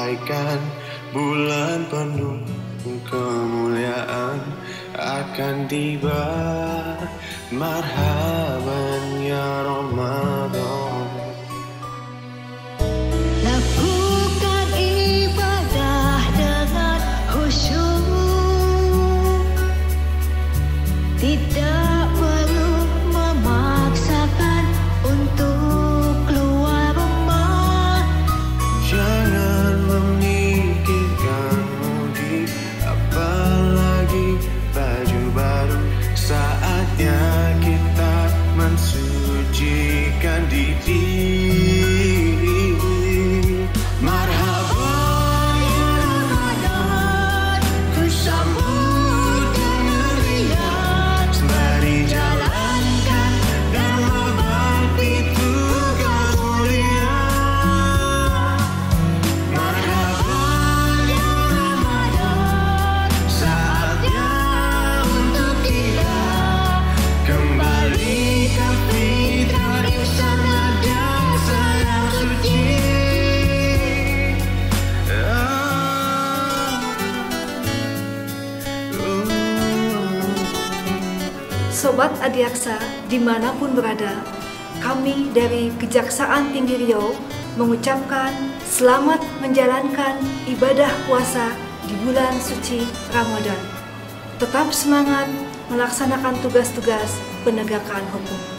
bagaikan bulan penuh kemuliaan akan tiba. Marhaban ya Ramadan. Lakukan ibadah dengan khusyuk, tidak perlu memaksakan untuk keluar rumah. Jangan memikirkan mudik, apalagi baju baru. Saatnya kita mensucikan diri. Marhaban ya Ramadan, ku sambut dengan riang. Sembari jalankan dan berbakti tugas mulia. Marhaban ya Ramadan, saatnya untuk kita kembali ke fitrah insanah dan sayang suci. Sobat Adiaksa dimanapun berada, kami dari Kejaksaan Tinggi Riau mengucapkan selamat menjalankan ibadah puasa di bulan suci Ramadan. Tetap semangat melaksanakan tugas-tugas penegakan hukum.